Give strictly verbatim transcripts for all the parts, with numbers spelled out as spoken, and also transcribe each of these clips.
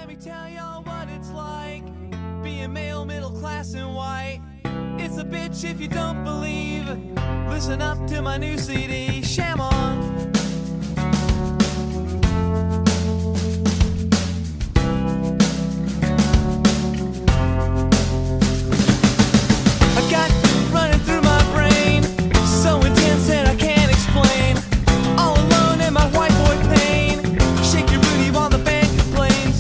Let me tell y'all what it's like being male, middle class and white. It's a bitch if you don't believe. Listen up to my new C D, Sham On. I got running through my brain, so intense that I can't explain. All alone in my white boy pain. Shake your booty while the band complains.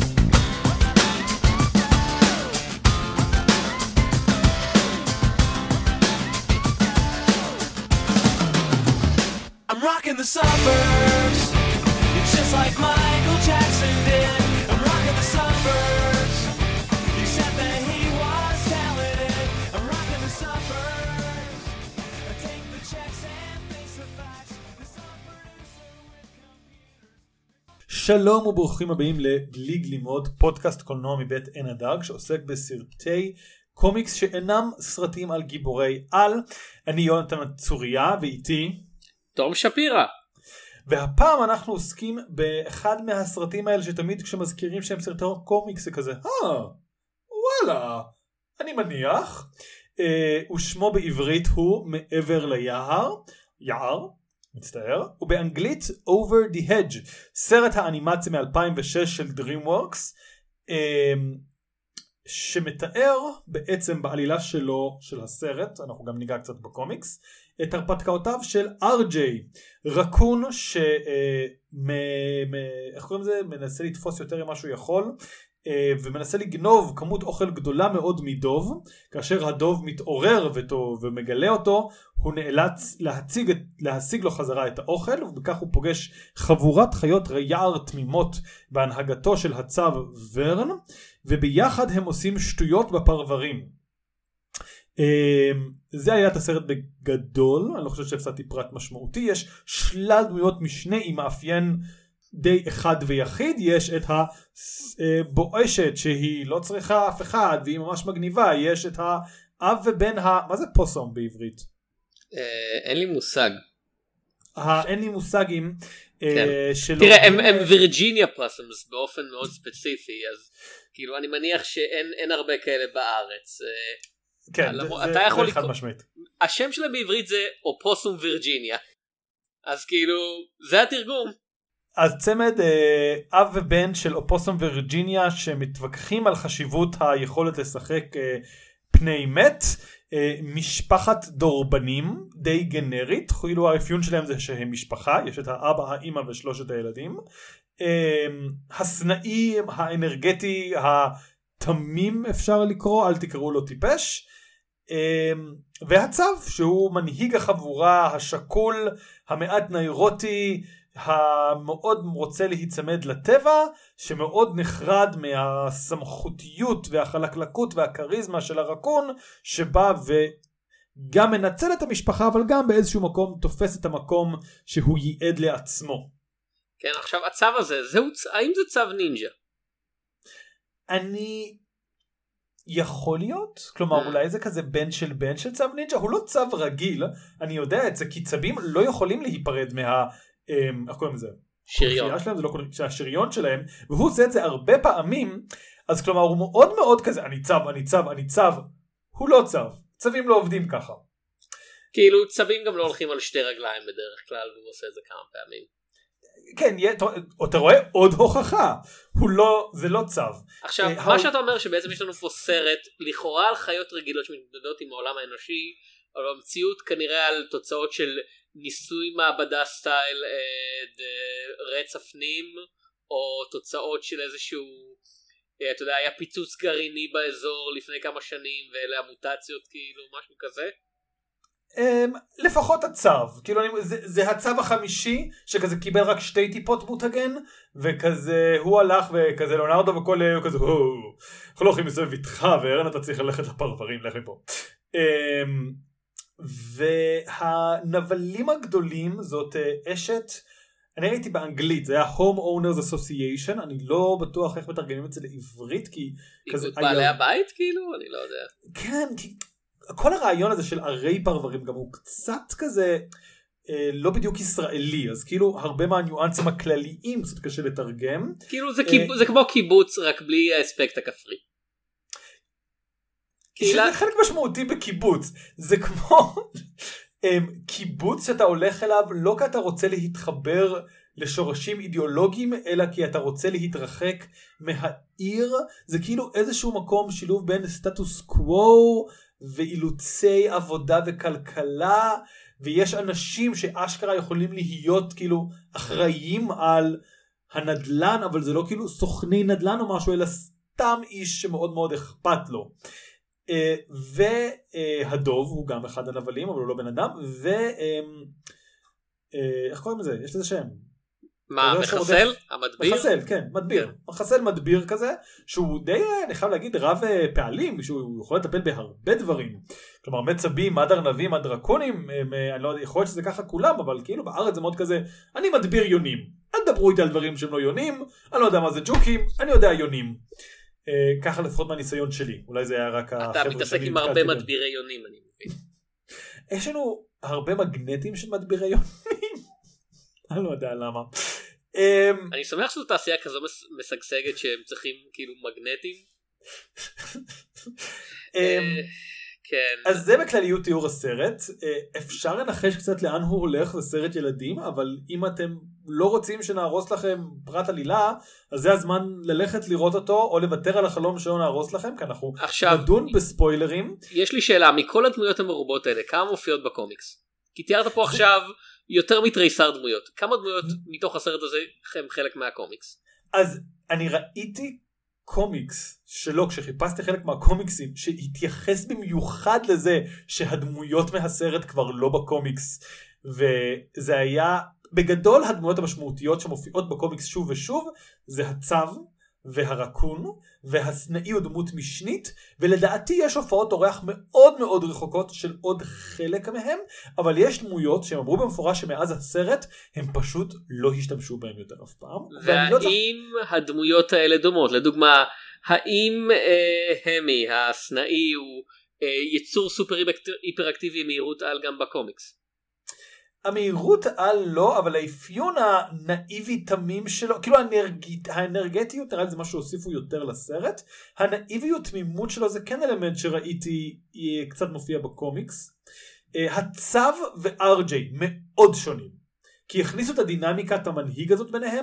I'm rocking the suburbs, just like Michael Jackson did. I'm rocking the suburbs, except that he was talented. I'm rocking the suburbs, I take the checks and face the facts. The song producer with computers. שלום וברוכים הבאים לבלי גלימות, פודקאסט קולנוע מבית עין הדג שעוסק בסרטי קומיקס שאינם סרטים על גיבורי על. אני יונתן צוריה ואיתי תום שפירא. והפעם אנחנו עוסקים באחד מהסרטים האלה שתמיד כשמזכירים שהם סרטי קומיקס זה כזה אה וואלה אני מניח. אה, ושמו בעברית הוא מעבר ליער יער מצטער, ובאנגלית Over the Hedge, סרט האנימציה מ-אלפיים ושש של DreamWorks, שמתאר בעצם בעלילה שלו, של הסרט, אנחנו גם ניגע קצת בקומיקס, את הרפתקאותיו של אר ג'יי, רקון ש... איך קוראים לזה? מנסה לתפוס יותר ממה שהוא יכול, ומנסה לגנוב כמות אוכל גדולה מאוד מדוב. כאשר הדוב מתעורר ומגלה אותו, הוא נאלץ להציג, להשיג לו חזרה את האוכל, ובכך הוא פוגש חבורת חיות יער תמימות בהנהגתו של הצב ורן, וביחד הם עושים שטויות בפרברים. זה היה את הסרט בגדול, אני לא חושב שהפסדתי פרט משמעותי. יש שלל דמויות משנה עם מאפיין די אחד ויחיד. יש את הבואשת שהיא לא צריכה אף אחד והיא ממש מגניבה. יש את האב ובן ה... מה זה פוסום בעברית? אין לי מושג. אין לי מושגים. תראה, הם וירג'יניה פוסומס באופן מאוד ספציפי, אז כאילו אני מניח שאין הרבה כאלה בארץ. כן, זה חד משמעית. השם שלה בעברית זה אופוסום וירג'יניה, אז כאילו זה התרגום. אז צמד אה, אב ובן של אופוסום וירג'יניה שמתווכחים על חשיבות היכולת לשחק אה, פני מת. אה, משפחת דורבנים די גנרית, כאילו האפיון שלהם זה שהם משפחה, יש את האבא, האמא ושלושת הילדים. אה, הסנאי האנרגטי התמים אפשר לקרוא, אל תקראו לו טיפש. והצב שהוא מנהיג החבורה, השקול, המעט ניירוטי, המאוד רוצה להיצמד לטבע, שמאוד נחרד מהסמכותיות והחלקלקות והקריזמה של הרקון, שבא וגם מנצל את המשפחה, אבל גם באיזשהו מקום תופס את המקום שהוא ייעד לעצמו. כן, עכשיו הצו הזה, זהו, האם זה צו נינג'ה? אני... יכול להיות, כלומר אולי זה כזה בן של בן של צו נינג'ה, הוא לא צו רגיל, אני יודע את זה, כי צבים לא יכולים להיפרד מה, איך קוראים לזה? שריון. שלהם, זה לא קוראים, שהשריון שלהם, והוא עושה את זה הרבה פעמים, אז כלומר הוא מאוד מאוד כזה, אני צב, אני צב, אני צב, הוא לא צב, צבים לא עובדים ככה. כאילו צבים גם לא הולכים על שתי רגליים בדרך כלל, והוא עושה את זה כמה פעמים. כן, אתה רואה עוד הוכחה, הוא לא, זה לא צו. עכשיו, מה שאתה אומר שבעצם יש לנו פה סרט לכאורה על חיות רגילות שמתמודדות עם העולם האנושי, אבל במציאות כנראה על תוצאות של ניסוי מעבדה סטייל רצף פנים, או תוצאות של איזשהו, אתה יודע, היה פיצוץ גרעיני באזור לפני כמה שנים, ואלה המוטציות כאילו, משהו כזה. לפחות הצו, כאילו זה, זה הצו החמישי שכזה קיבל רק שתי טיפות מותגן, וכזה הוא הלך וכזה לונרדו וכל הוא כזה אנחנו לא יכולים לסובב איתך וארן אתה צריך ללכת לפרברים, לך מפה. והנבלים הגדולים זאת אשת, אני ראיתי באנגלית, זה היה Home Owners Association, אני לא בטוח איך מתרגמים את זה לעברית, כי כזה בעלי הבית כאילו, אני לא יודע. כן, כי כל הרעיון הזה של ערי פרברים גם הוא קצת כזה אה, לא בדיוק ישראלי, אז כאילו הרבה מהניואנסים הכלליים קצת קשה לתרגם. כאילו זה, קיב... זה כמו קיבוץ רק בלי האספקט הכפרי. שזה חלק משמעותי בקיבוץ, זה כמו קיבוץ שאתה הולך אליו לא כי אתה רוצה להתחבר לשורשים אידיאולוגיים, אלא כי אתה רוצה להתרחק מהעיר, זה כאילו איזשהו מקום שילוב בין סטטוס קוו ואילוצי עבודה וכלכלה, ויש אנשים שאשכרה יכולים להיות כאילו אחראים על הנדלן, אבל זה לא כאילו סוכני נדלן או משהו, אלא סתם איש שמאוד מאוד אכפת לו. והדוב הוא גם אחד הנבלים, אבל הוא לא בן אדם, ו... איך קוראים לזה? יש לזה שם. מה, מחסל? המדביר? מחסל, כן, מדביר. מחסל מדביר כזה, שהוא די, אני חייב להגיד, רב פעלים, שהוא יכול לטפל בהרבה דברים. כלומר, מצבים, מד ארנבים, מד דרקונים, אני לא יודע, יכול להיות שזה ככה כולם, אבל כאילו בארץ זה מאוד כזה, אני מדביר יונים. אל דברו איתי על דברים שהם לא יונים, אני לא יודע מה זה ג'וקים, אני יודע יונים. ככה לפחות מהניסיון שלי. אולי זה היה רק החבר'ה. אתה מתעסק עם הרבה מדבירי יונים, אני מבין. יש לנו הרבה מגנטים של מדבירי יונים. אני לא יודע למה. אני שמח שזו תעשייה כזו משגשגת שהם צריכים כאילו מגנטים. כן. אז זה בכלליות תיאור הסרט. אפשר לנחש קצת לאן הוא הולך, זה סרט ילדים, אבל אם אתם לא רוצים שנהרוס לכם פרט עלילה, אז זה הזמן ללכת לראות אותו, או לוותר על החלום שלא נהרוס לכם, כי אנחנו עכשיו, נדון בספוילרים. יש לי שאלה, מכל הדמויות המרובות האלה, כמה מופיעות בקומיקס? כי תיארת פה עכשיו יותר מתריסר דמויות. כמה דמויות מתוך הסרט הזה הם חלק מהקומיקס? אז אני ראיתי קומיקס שלא, כשחיפשתי חלק מהקומיקסים, שהתייחס במיוחד לזה שהדמויות מהסרט כבר לא בקומיקס, וזה היה, בגדול הדמויות המשמעותיות שמופיעות בקומיקס שוב ושוב, זה הצו והרקון, והסנאי הוא דמות משנית, ולדעתי יש הופעות אורח מאוד מאוד רחוקות של עוד חלק מהם, אבל יש דמויות שהם אמרו במפורש שמאז הסרט, הם פשוט לא השתמשו בהם יותר אף פעם. והאם לא צריך... הדמויות האלה דומות? לדוגמה, האם אה, המי, הסנאי, הוא אה, יצור סופר היפראקטיבי מהירות על גם בקומיקס? המהירות על לא, אבל האפיון הנאיבי תמים שלו, כאילו האנרגית, האנרגטיות, נראה לי זה משהו שהוסיפו יותר לסרט, הנאיביות תמימות שלו זה כן אלמנט שראיתי קצת מופיע בקומיקס. הצו ו-אר ג'יי מאוד שונים, כי הכניסו את הדינמיקת המנהיג הזאת ביניהם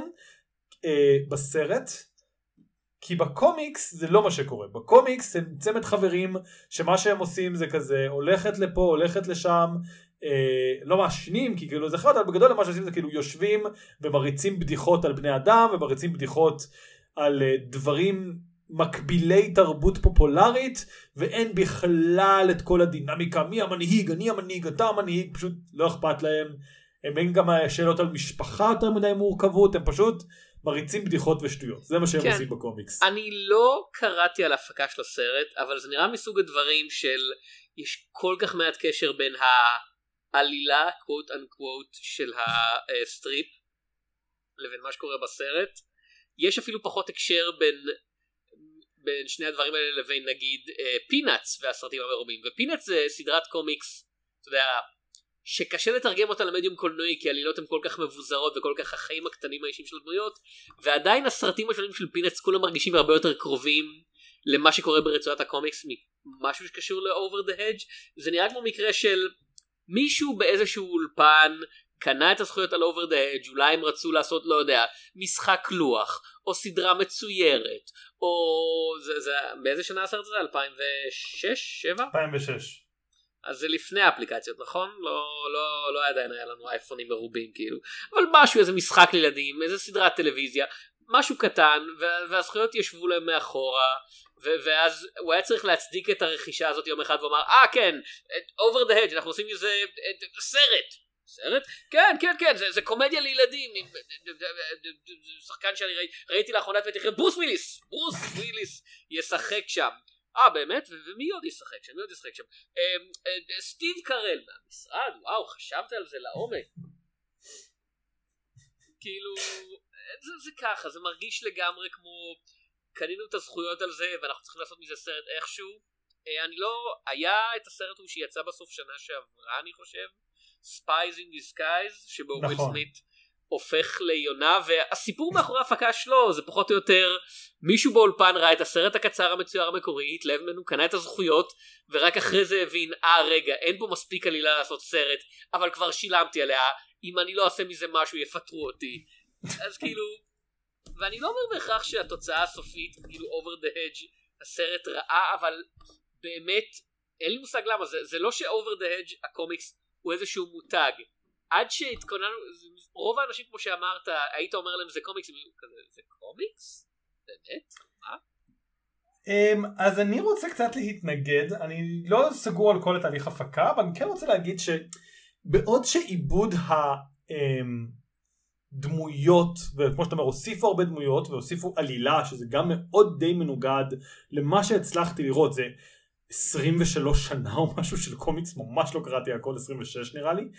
בסרט, כי בקומיקס זה לא מה שקורה, בקומיקס הם צמד חברים שמה שהם עושים זה כזה הולכת לפה, הולכת לשם, אה, לא מעשנים, כי כאילו זה אחד, אבל בגדול מה שעושים זה כאילו יושבים ומריצים בדיחות על בני אדם, ומריצים בדיחות על אה, דברים מקבילי תרבות פופולרית, ואין בכלל את כל הדינמיקה, מי המנהיג, אני המנהיג, אתה המנהיג, פשוט לא אכפת להם, הם אין גם שאלות על משפחה יותר מדי מורכבות, הם פשוט מריצים בדיחות ושטויות, זה מה שהם כן. עושים בקומיקס. אני לא קראתי על ההפקה של הסרט, אבל זה נראה מסוג הדברים של, יש כל כך מעט קשר בין העלילה, quote unquote, של הסטריפ, לבין מה שקורה בסרט. יש אפילו פחות הקשר בין, בין שני הדברים האלה לבין נגיד פינאץ והסרטים המרובים, ופינאץ זה סדרת קומיקס, אתה יודע, שקשה לתרגם אותה למדיום קולנועי, כי העלילות הן כל כך מבוזרות וכל כך החיים הקטנים האישיים של הדמויות, ועדיין הסרטים השונים של פינאץ כולם מרגישים הרבה יותר קרובים למה שקורה ברצועת הקומיקס, משהו שקשור ל-Over the Hedge. זה נראה כמו מקרה של מישהו באיזשהו אולפן קנה את הזכויות על Over the Hedge, אולי הם רצו לעשות, לא יודע, משחק לוח, או סדרה מצוירת, או זה, זה, באיזה שנה הסרט הזה? אלפיים ושש? שבע? אלפיים ושש. אז זה לפני האפליקציות, נכון? לא, לא, לא עדיין היה לנו אייפונים מרובים כאילו, אבל משהו, איזה משחק לילדים, איזה סדרת טלוויזיה, משהו קטן, והזכויות ישבו להם מאחורה, ואז הוא היה צריך להצדיק את הרכישה הזאת יום אחד, ואומר, אה כן, Over the Hedge, אנחנו עושים איזה סרט, סרט? כן, כן, כן, זה, זה קומדיה לילדים, שחקן שאני ראיתי, ראיתי לאחרונה ותכף, ברוס וויליס, ברוס וויליס ישחק שם. אה באמת? ומי עוד ישחק שם? מי עוד ישחק שם? סטיב קרל מהמשרד, וואו, חשבת על זה לעומק. כאילו, זה, זה ככה, זה מרגיש לגמרי כמו, קנינו את הזכויות על זה, ואנחנו צריכים לעשות מזה סרט איכשהו. אני לא, היה את הסרט הוא שיצא בסוף שנה שעברה, אני חושב, Spies in Disguise, שבו וויל נכון. סמית הופך ליונה, והסיפור מאחורי ההפקה שלו זה פחות או יותר מישהו באולפן ראה את הסרט הקצר המצויר המקורי, התלהב ממנו, קנה את הזכויות, ורק אחרי זה הבין, אה רגע, אין בו מספיק עלילה לעשות סרט, אבל כבר שילמתי עליה, אם אני לא אעשה מזה משהו יפטרו אותי. אז כאילו, ואני לא אומר בהכרח שהתוצאה הסופית, כאילו over the hedge, הסרט רעה, אבל באמת, אין לי מושג למה, זה, זה לא ש-over the hedge הקומיקס הוא איזשהו מותג. עד שהתכוננו, רוב האנשים כמו שאמרת, היית אומר להם זה קומיקס, הם היו כזה, זה קומיקס? באמת? מה? אז אני רוצה קצת להתנגד, אני לא סגור על כל התהליך הפקה, אבל אני כן רוצה להגיד שבעוד שעיבוד הדמויות, וכמו שאתה אומר, הוסיפו הרבה דמויות, והוסיפו עלילה, שזה גם מאוד די מנוגד למה שהצלחתי לראות, זה עשרים ושלוש שנה או משהו של קומיקס, ממש לא קראתי הכל, עשרים ושש נראה לי.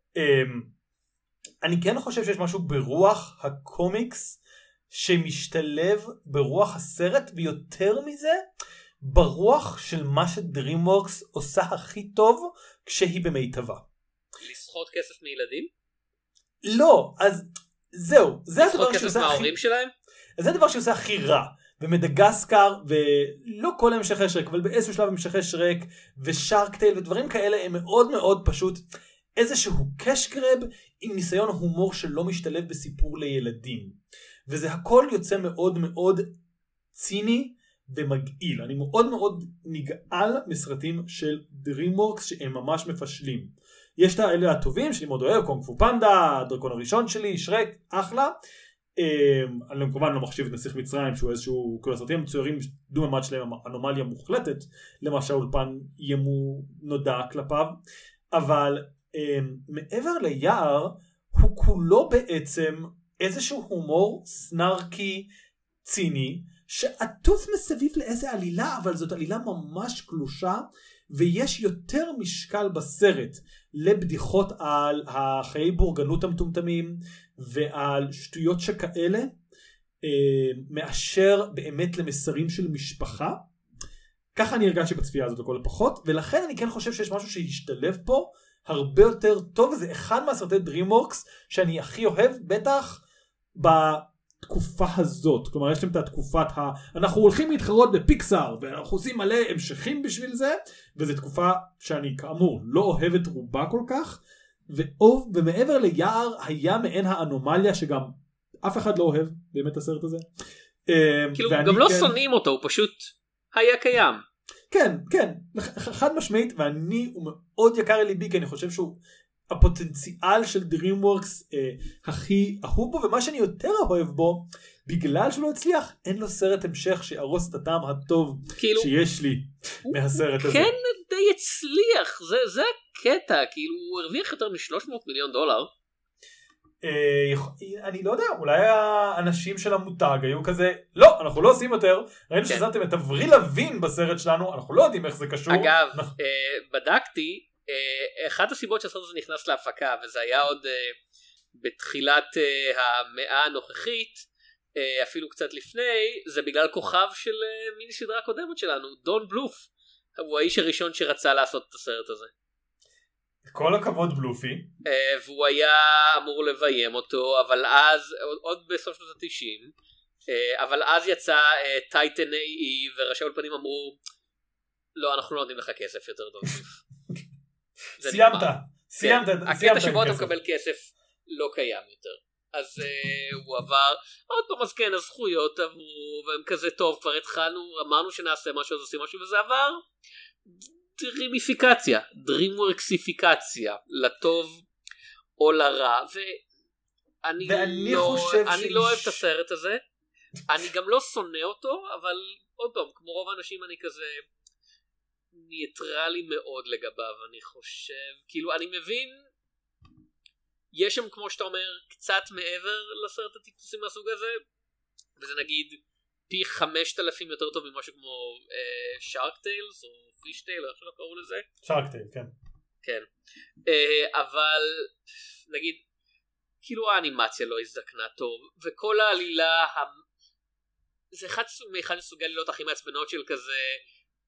אני כן חושב שיש משהו ברוח הקומיקס שמשתלב ברוח הסרט, ויותר מזה ברוח של מה שדרימוורקס עושה הכי טוב כשהיא במיטבה. לסחוט כסף מילדים? לא, אז זהו, זה הדבר לסחוט כסף שעושה מההורים הכי... שלהם? זה הדבר שעושה הכי רע. ומדגסקר, ולא כל המשכי שרק, אבל באיזשהו שלב המשכי שרק, ושארקטייל ודברים כאלה הם מאוד מאוד פשוט איזשהו קש גרב עם ניסיון הומור שלא משתלב בסיפור לילדים. וזה הכל יוצא מאוד מאוד ציני ומגעיל. אני מאוד מאוד נגעל מסרטים של דרימוורקס שהם ממש מפשלים. יש את האלה הטובים שאני מאוד אוהב, קונג פו פנדה, הדרקון הראשון שלי, שרק, אחלה. אני כמובן לא מחשיב את נסיך מצרים שהוא איזשהו, כאילו הסרטים המצוירים דו ממד שלהם אנומליה מוחלטת למה שהאולפן ימו נודע כלפיו, אבל מעבר ליער הוא כולו בעצם איזשהו הומור סנרקי ציני שעטוף מסביב לאיזה עלילה, אבל זאת עלילה ממש קלושה, ויש יותר משקל בסרט לבדיחות על החיי בורגנות המטומטמים ועל שטויות שכאלה מאשר באמת למסרים של משפחה. ככה אני הרגשתי בצפייה הזאת לכל הפחות, ולכן אני כן חושב שיש משהו שהשתלב פה הרבה יותר טוב, וזה אחד מהסרטי דרימוורקס שאני הכי אוהב, בטח בתקופה הזאת. כלומר, יש להם את התקופת ה... אנחנו הולכים להתחרות בפיקסאר, ואנחנו עושים מלא המשכים בשביל זה, וזו תקופה שאני כאמור לא אוהב את רובה כל כך, ואוב, ומעבר ליער היה מעין האנומליה שגם אף אחד לא אוהב באמת הסרט הזה. כאילו, גם לא שונאים אותו, הוא פשוט היה קיים. כן, כן, חד משמעית, ואני, הוא מאוד יקר לליבי, כי אני חושב שהוא הפוטנציאל של דרימוורקס אה, הכי אהוב בו, ומה שאני יותר אוהב בו, בגלל שהוא לא הצליח, אין לו סרט המשך שירוס את הטעם הטוב כאילו, שיש לי מהסרט הזה. כן די הצליח, זה, זה הקטע, כאילו הוא הרוויח יותר מ-שלוש מאות מיליון דולר. אני לא יודע, אולי האנשים של המותג היו כזה, לא, אנחנו לא עושים יותר, ראינו ששמתם את אברי לוין בסרט שלנו, אנחנו לא יודעים איך זה קשור. אגב, בדקתי, אחת הסיבות שהסרט הזה נכנס להפקה, וזה היה עוד בתחילת המאה הנוכחית, אפילו קצת לפני, זה בגלל כוכב של מיני סדרה קודמת שלנו, דון בלוף, הוא האיש הראשון שרצה לעשות את הסרט הזה. כל הכבוד בלופי. והוא היה אמור לביים אותו, אבל אז, עוד בסוף שנות ה-תשעים, אבל אז יצא טייטן איי אי, וראשי האולפנים אמרו, לא, אנחנו לא נותנים לך כסף יותר טוב. סיימת, סיימת. הקטע שבו אתה מקבל כסף לא קיים יותר. אז הוא עבר, עוד פעם אז כן, הזכויות עברו, והם כזה טוב, כבר התחלנו, אמרנו שנעשה משהו, אז עושים משהו, וזה עבר. דרימיפיקציה, דרימוורקסיפיקציה, לטוב או לרע, ואני לא, אני לא אוהב את הסרט הזה, אני גם לא שונא אותו, אבל עוד פעם, כמו רוב האנשים אני כזה ניטרלי מאוד לגביו, אני חושב, כאילו אני מבין, יש שם כמו שאתה אומר, קצת מעבר לסרט הטיפוסים מהסוג הזה, וזה נגיד פי חמשת אלפים יותר טוב ממשהו כמו שרק טיילס או פיש טייל, איך שלא קראו לזה? שרק טייל, כן. כן. אבל נגיד, כאילו האנימציה לא הזדקנה טוב, וכל העלילה, זה אחד מאחד מסוגי העלילות הכי מעצבנות של כזה,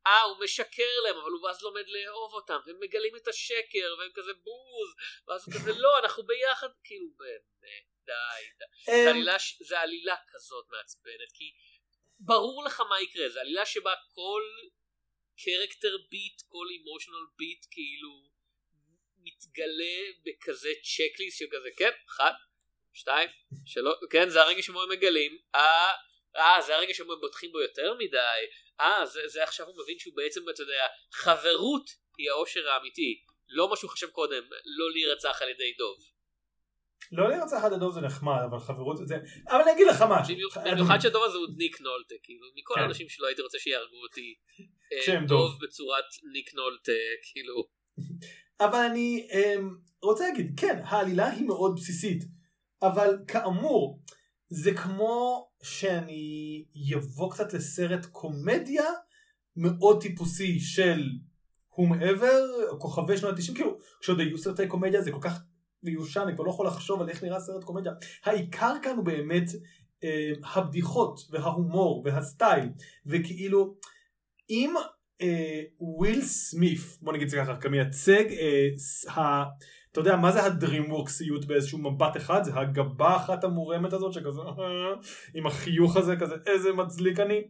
אה, הוא משקר להם, אבל הוא אז לומד לאהוב אותם, והם מגלים את השקר, והם כזה בוז, ואז הוא כזה, לא, אנחנו ביחד, כאילו, באמת, די, די. זה עלילה, זה עלילה כזאת מעצבנת, כי ברור לך מה יקרה, זה עלילה שבה כל קרקטר ביט, כל אימושנל ביט, כאילו, מתגלה בכזה צ'קליסט, שכזה, כן, אחד, שתיים, שלוש, כן, זה הרגע שבו הם מגלים, אה, אה, זה הרגע שבו הם בוטחים בו יותר מדי, אה, זה, זה עכשיו הוא מבין שהוא בעצם, אתה יודע, חברות היא האושר האמיתי, לא מה שהוא חשב קודם, לא להירצח על ידי דוב. לא להירצח על ידי דוב זה נחמד, אבל חברות זה... אבל אני אגיד לך משהו. במיוחד שדוב הזה הוא ניק נולטה, כאילו, מכל האנשים שלא הייתי רוצה שיהרגו אותי, דוב בצורת ניק נולטה, כאילו. אבל אני רוצה להגיד, כן, העלילה היא מאוד בסיסית, אבל כאמור, זה כמו שאני יבוא קצת לסרט קומדיה מאוד טיפוסי של הומאבר, כוכבי שנות ה-תשעים, כאילו, כשעוד היו סרטי קומדיה זה כל כך מיושן, אני כבר לא יכול לחשוב על איך נראה סרט קומדיה. העיקר כאן הוא באמת אה, הבדיחות וההומור והסטייל, וכאילו, אם אה, וויל סמית, בוא נגיד זה ככה, כמייצג, אה, ה... אתה יודע, מה זה הדרימוורקסיות באיזשהו מבט אחד? זה הגבה אחת המורמת הזאת שכזה, עם החיוך הזה, כזה, איזה מצליק אני.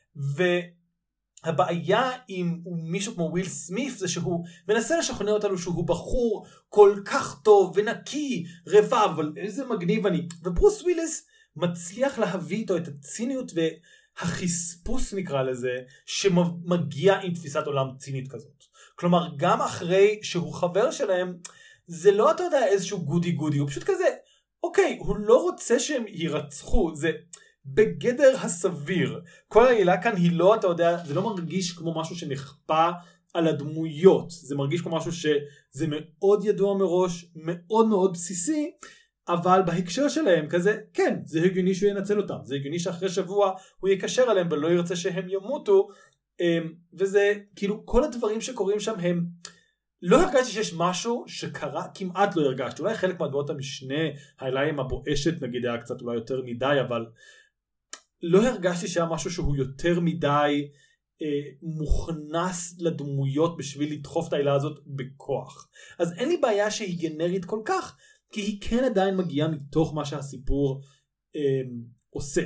והבעיה עם מישהו כמו וויל סמית, זה שהוא מנסה לשכנע אותנו שהוא בחור כל כך טוב ונקי, רבב, אבל איזה מגניב אני. וברוס וויליס מצליח להביא איתו את הציניות והחספוס נקרא לזה, שמגיע עם תפיסת עולם צינית כזאת. כלומר, גם אחרי שהוא חבר שלהם, זה לא, אתה יודע, איזשהו גודי גודי, הוא פשוט כזה, אוקיי, הוא לא רוצה שהם יירצחו, זה בגדר הסביר. כל העלילה כאן היא לא, אתה יודע, זה לא מרגיש כמו משהו שנכפה על הדמויות, זה מרגיש כמו משהו שזה מאוד ידוע מראש, מאוד מאוד בסיסי, אבל בהקשר שלהם כזה, כן, זה הגיוני שהוא ינצל אותם, זה הגיוני שאחרי שבוע הוא יקשר עליהם ולא ירצה שהם ימותו, וזה, כאילו, כל הדברים שקורים שם הם... לא הרגשתי שיש משהו שקרה, כמעט לא הרגשתי, אולי חלק מהדמות המשנה, העלילה עם הבואשת נגיד היה קצת אולי יותר מדי, אבל לא הרגשתי שהיה משהו שהוא יותר מדי אה, מוכנס לדמויות בשביל לדחוף את העלילה הזאת בכוח. אז אין לי בעיה שהיא גנרית כל כך, כי היא כן עדיין מגיעה מתוך מה שהסיפור אה, עושה.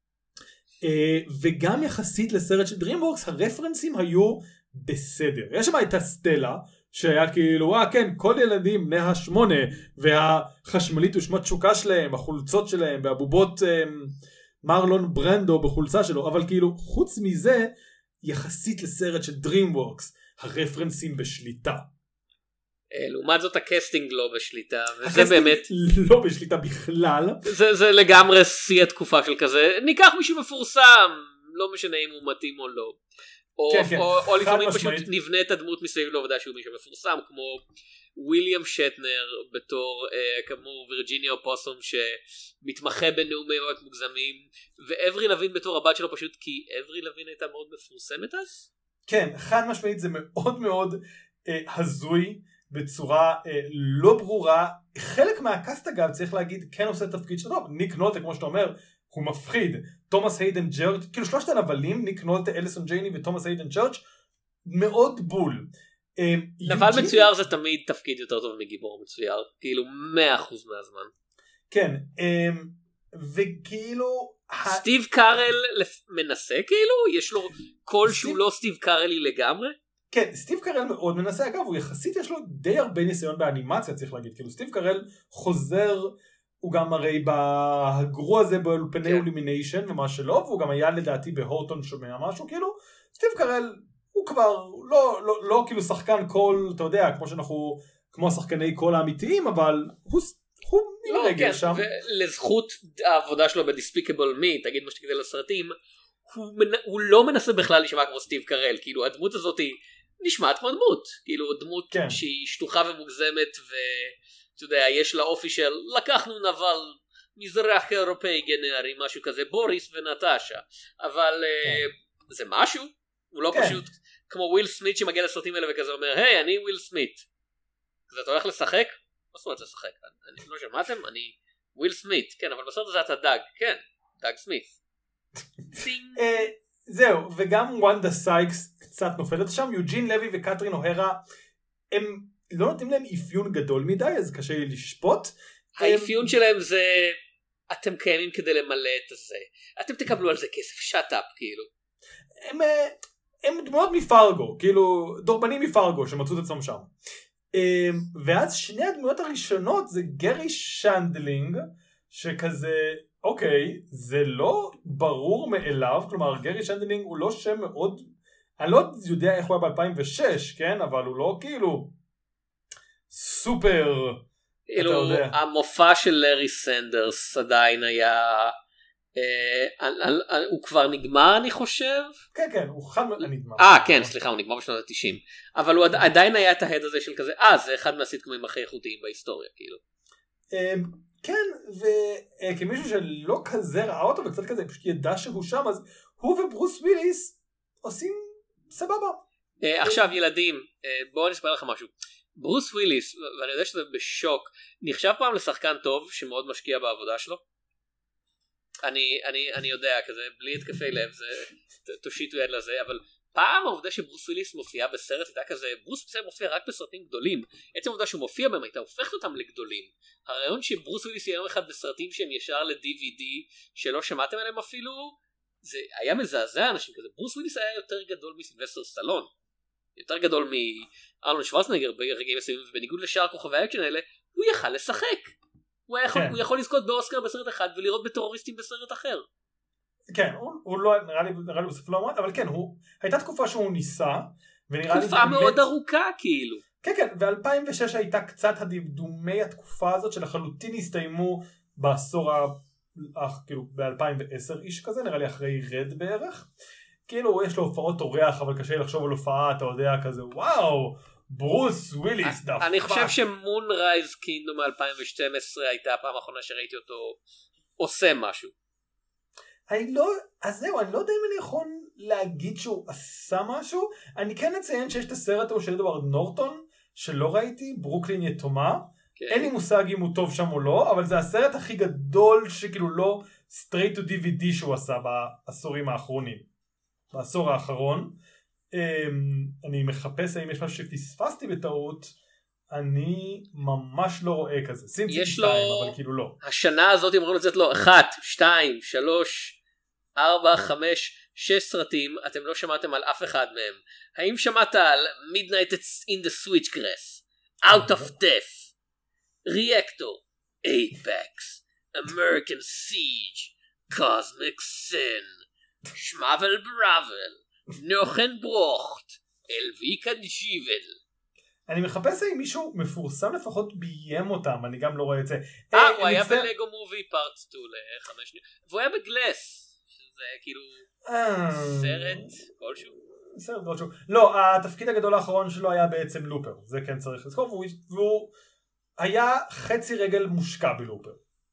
אה, וגם יחסית לסרט של DreamWorks, הרפרנסים היו בסדר. יש שם הייתה סטלה, שהיה כאילו, אה כן, כל ילדים בני השמונה, והחשמלית ושמת שוקה שלהם, החולצות שלהם, והבובות אה, מרלון ברנדו בחולצה שלו, אבל כאילו, חוץ מזה, יחסית לסרט של DreamWorks, הרפרנסים בשליטה. לעומת זאת הקסטינג לא בשליטה, וזה באמת... לא בשליטה בכלל. זה, זה לגמרי שיא התקופה של כזה, ניקח מישהו מפורסם, לא משנה אם הוא מתאים או לא. או, כן, כן. או, או לפעמים פשוט נבנה את הדמות מסביב לעובדה שהוא מישהו מפורסם, כמו וויליאם שטנר בתור, אה, כמו וירג'יניה אופוסום שמתמחה בנאומי מאוד מוגזמים, ואברי לוין בתור הבת שלו פשוט כי אברי לוין הייתה מאוד מפורסמת אז? כן, חד משמעית זה מאוד מאוד אה, הזוי, בצורה אה, לא ברורה. חלק מהקאסט אגב צריך להגיד כן עושה תפקיד שלו, ניק נולטה כמו שאתה אומר, הוא מפחיד, תומאס היידן ג'רץ', כאילו שלושת הנבלים, ניק נולטה, אליסון ג'ייני ותומאס היידן ג'רץ', מאוד בול. נבל מצויר זה תמיד תפקיד יותר טוב מגיבור מצויר, כאילו מאה אחוז מהזמן. כן, וכאילו... סטיב קארל מנסה כאילו? יש לו קול שהוא לא סטיב קארלי לגמרי? כן, סטיב קארל מאוד מנסה, אגב, הוא יחסית יש לו די הרבה ניסיון באנימציה, צריך להגיד, כאילו סטיב קארל חוזר... הוא גם הרי בהגרוע הזה באולפני אולימיניישן ומה שלא, והוא גם היה לדעתי בהורטון שומע משהו, כאילו, סטיב קארל הוא כבר לא, לא, לא כאילו שחקן קול, אתה יודע, כמו שאנחנו, כמו השחקני קול האמיתיים, אבל הוא, הוא לא, מרגל כן, שם. ולזכות העבודה שלו בדיספיקבל מי, תגיד מה שתגיד לסרטים, הוא, מנ... הוא לא מנסה בכלל לשמע כמו סטיב קארל, כאילו הדמות הזאת היא נשמעת כמו דמות, כאילו דמות כן. שהיא שטוחה ומוגזמת ו... אתה יודע, יש לה אופי של לקחנו נבל מזרח אירופאי גנרי, משהו כזה, בוריס ונטשה, אבל כן. uh, זה משהו, הוא לא כן. פשוט כמו וויל סמית שמגיע לסרטים האלה וכזה אומר, היי, אני וויל סמית. אז אתה הולך לשחק? מה זאת אומרת לשחק? אני, אני לא שמעתם? אני וויל סמית, כן, אבל בסרט הזה אתה דאג, כן, דאג סמית. זהו, וגם וונדה סייקס קצת נופלת שם, יוג'ין לוי וקטרין אוהרה, הם לא נותנים להם אפיון גדול מדי, אז קשה לי לשפוט. האפיון הם... שלהם זה, אתם קיימים כדי למלא את זה, אתם תקבלו על זה כסף, שט אפ כאילו. הם, הם דמויות מפרגו, כאילו דורבנים מפרגו שמצאו את עצמם שם. ואז שני הדמויות הראשונות זה גרי שנדלינג, שכזה, אוקיי, זה לא ברור מאליו, כלומר גרי שנדלינג הוא לא שם מאוד, אני לא יודע איך הוא היה ב-אלפיים ושש, כן, אבל הוא לא כאילו סופר, כאילו המופע של לארי סנדרס עדיין היה, הוא כבר נגמר אני חושב? כן כן, הוא חד נגמר. אה כן, סליחה, הוא נגמר בשנות ה-תשעים, אבל הוא עדיין היה את ההד הזה של כזה, אה זה אחד מהסיטקומים הכי איכותיים בהיסטוריה כאילו. כן, וכמישהו שלא כזה ראה אותו וקצת כזה פשוט ידע שהוא שם, אז הוא וברוס וויליס עושים סבבה. עכשיו ילדים, בואו נספר לכם משהו. ברוס וויליס, ואני יודע שזה בשוק, נחשב פעם לשחקן טוב שמאוד משקיע בעבודה שלו? אני, אני, אני יודע, כזה, בלי התקפי לב, זה, תושיטו יד לזה, אבל פעם העובדה שברוס וויליס מופיע בסרט הייתה כזה, ברוס וויליס מופיע רק בסרטים גדולים, עצם העובדה שהוא מופיע בהם הייתה הופכת אותם לגדולים. הרעיון שברוס וויליס יהיה יום אחד בסרטים שהם ישר ל-די וי די, שלא שמעתם עליהם אפילו, זה היה מזעזע אנשים כזה. ברוס וויליס היה יותר גדול מסילבסטר סטלון, יותר גדול מארנולד שוורצנגר ברגעים מסוימים, ובניגוד לשאר כוכבי האקשן האלה, הוא יכל לשחק. הוא יכול, כן. הוא יכול לזכות באוסקר בסרט אחד ולראות בטרוריסטים בסרט אחר. כן, הוא, הוא לא, נראה לי, נראה לי בסוף לא אמרת, אבל כן, הוא, הייתה תקופה שהוא ניסה, ונראה לי... תקופה מאוד ארוכה כאילו. כן, כן, ו-אלפיים ושש הייתה קצת הדמדומי התקופה הזאת, שלחלוטין הסתיימו בעשור, ה... כאילו, ב-אלפיים ועשר איש כזה, נראה לי אחרי רד בערך. כאילו, יש לו הופעות אורח, אבל קשה לחשוב על הופעה, אתה יודע, כזה, וואו, ברוס וויליס, דפק. אני חושב שמונרייז קינדום מ-אלפיים ושתים עשרה הייתה הפעם האחרונה שראיתי אותו עושה משהו. אני לא, אז זהו, אני לא יודע אם אני יכול להגיד שהוא עשה משהו. אני כן אציין שיש את הסרט הוא של אדוארד נורטון, שלא ראיתי, ברוקלין יתומה. כן. אין לי מושג אם הוא טוב שם או לא, אבל זה הסרט הכי גדול שכאילו לא straight to די וי די שהוא עשה בעשורים האחרונים. בעשור האחרון. אני מחפש האם יש משהו שפספסתי בטעות, אני ממש לא רואה כזה. יש לו, אבל כאילו לא. השנה הזאת אמורים לצאת לו אחת, שתיים, שלוש, ארבע, חמש, שש סרטים, אתם לא שמעתם על אף אחד מהם. האם שמעת על Midnight in the Switchgrass, Out of Death, Reactor, Apex, American Siege, Cosmic Sin, Schmavel Bravel, נוחן ברוכט, אלוויקה ג'יבל. אני מחפש האם מישהו מפורסם לפחות ביים אותם, אני גם לא רואה את זה. אה, הוא היה בלגו מובי פארט שתיים לחמש שניות, והוא היה בגלס, שזה כאילו סרט כלשהו. סרט כלשהו. לא, התפקיד הגדול האחרון שלו היה בעצם לופר, זה כן צריך לזכור, והוא היה חצי רגל מושקע בלופר.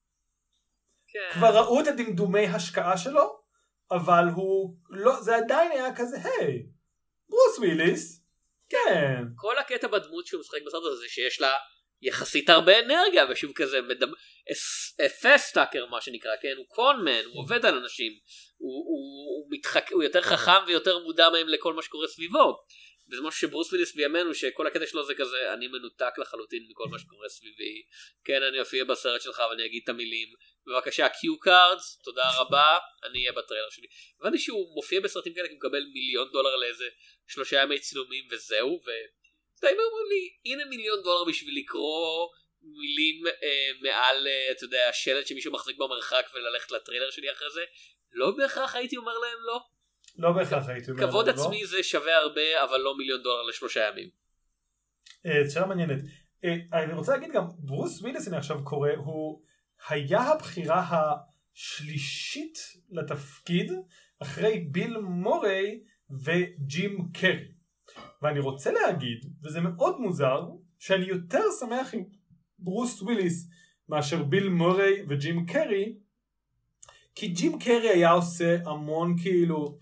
כבר ראו את הדמדומי השקעה שלו, אבל הוא לא, זה עדיין היה כזה, היי, ברוס וויליס, כן. כל הקטע בדמות שהוא משחק בסרט הזה, שיש לה יחסית הרבה אנרגיה, ושוב כזה, פסטאקר מה שנקרא, כן, הוא קונמן, הוא עובד על אנשים, הוא, הוא, הוא, מתחק, הוא יותר חכם ויותר מודע מהם לכל מה שקורה סביבו. וזה משהו שברוס וויליס בימינו, שכל הקטע שלו זה כזה, אני מנותק לחלוטין מכל מה שקורה סביבי, כן, אני אופיע בסרט שלך ואני אגיד את המילים, בבקשה, קיו קארדס, תודה רבה, אני אהיה בטריילר שלי. הבנתי שהוא מופיע בסרטים כאלה, כי הוא מקבל מיליון דולר לאיזה שלושה ימי צילומים וזהו, ואתה אומר לי, הנה מיליון דולר בשביל לקרוא מילים אה, מעל, אה, אתה יודע, השלט שמישהו מחזיק במרחק וללכת לטריילר שלי אחרי זה, לא בהכרח הייתי אומר להם לא. לא בהכרח הייתי אומר להם לא. כבוד עצמי זה שווה הרבה, אבל לא מיליון דולר לשלושה ימים. אה, שאלה מעניינת. אה, אני רוצה להגיד גם, ברוס וויליס, אני עכשיו קורא, הוא היה הבחירה השלישית לתפקיד אחרי ביל מורי וג'ים קרי. ואני רוצה להגיד, וזה מאוד מוזר, שאני יותר שמח עם ברוס וויליס מאשר ביל מורי וג'ים קרי, כי ג'ים קרי היה עושה המון כאילו,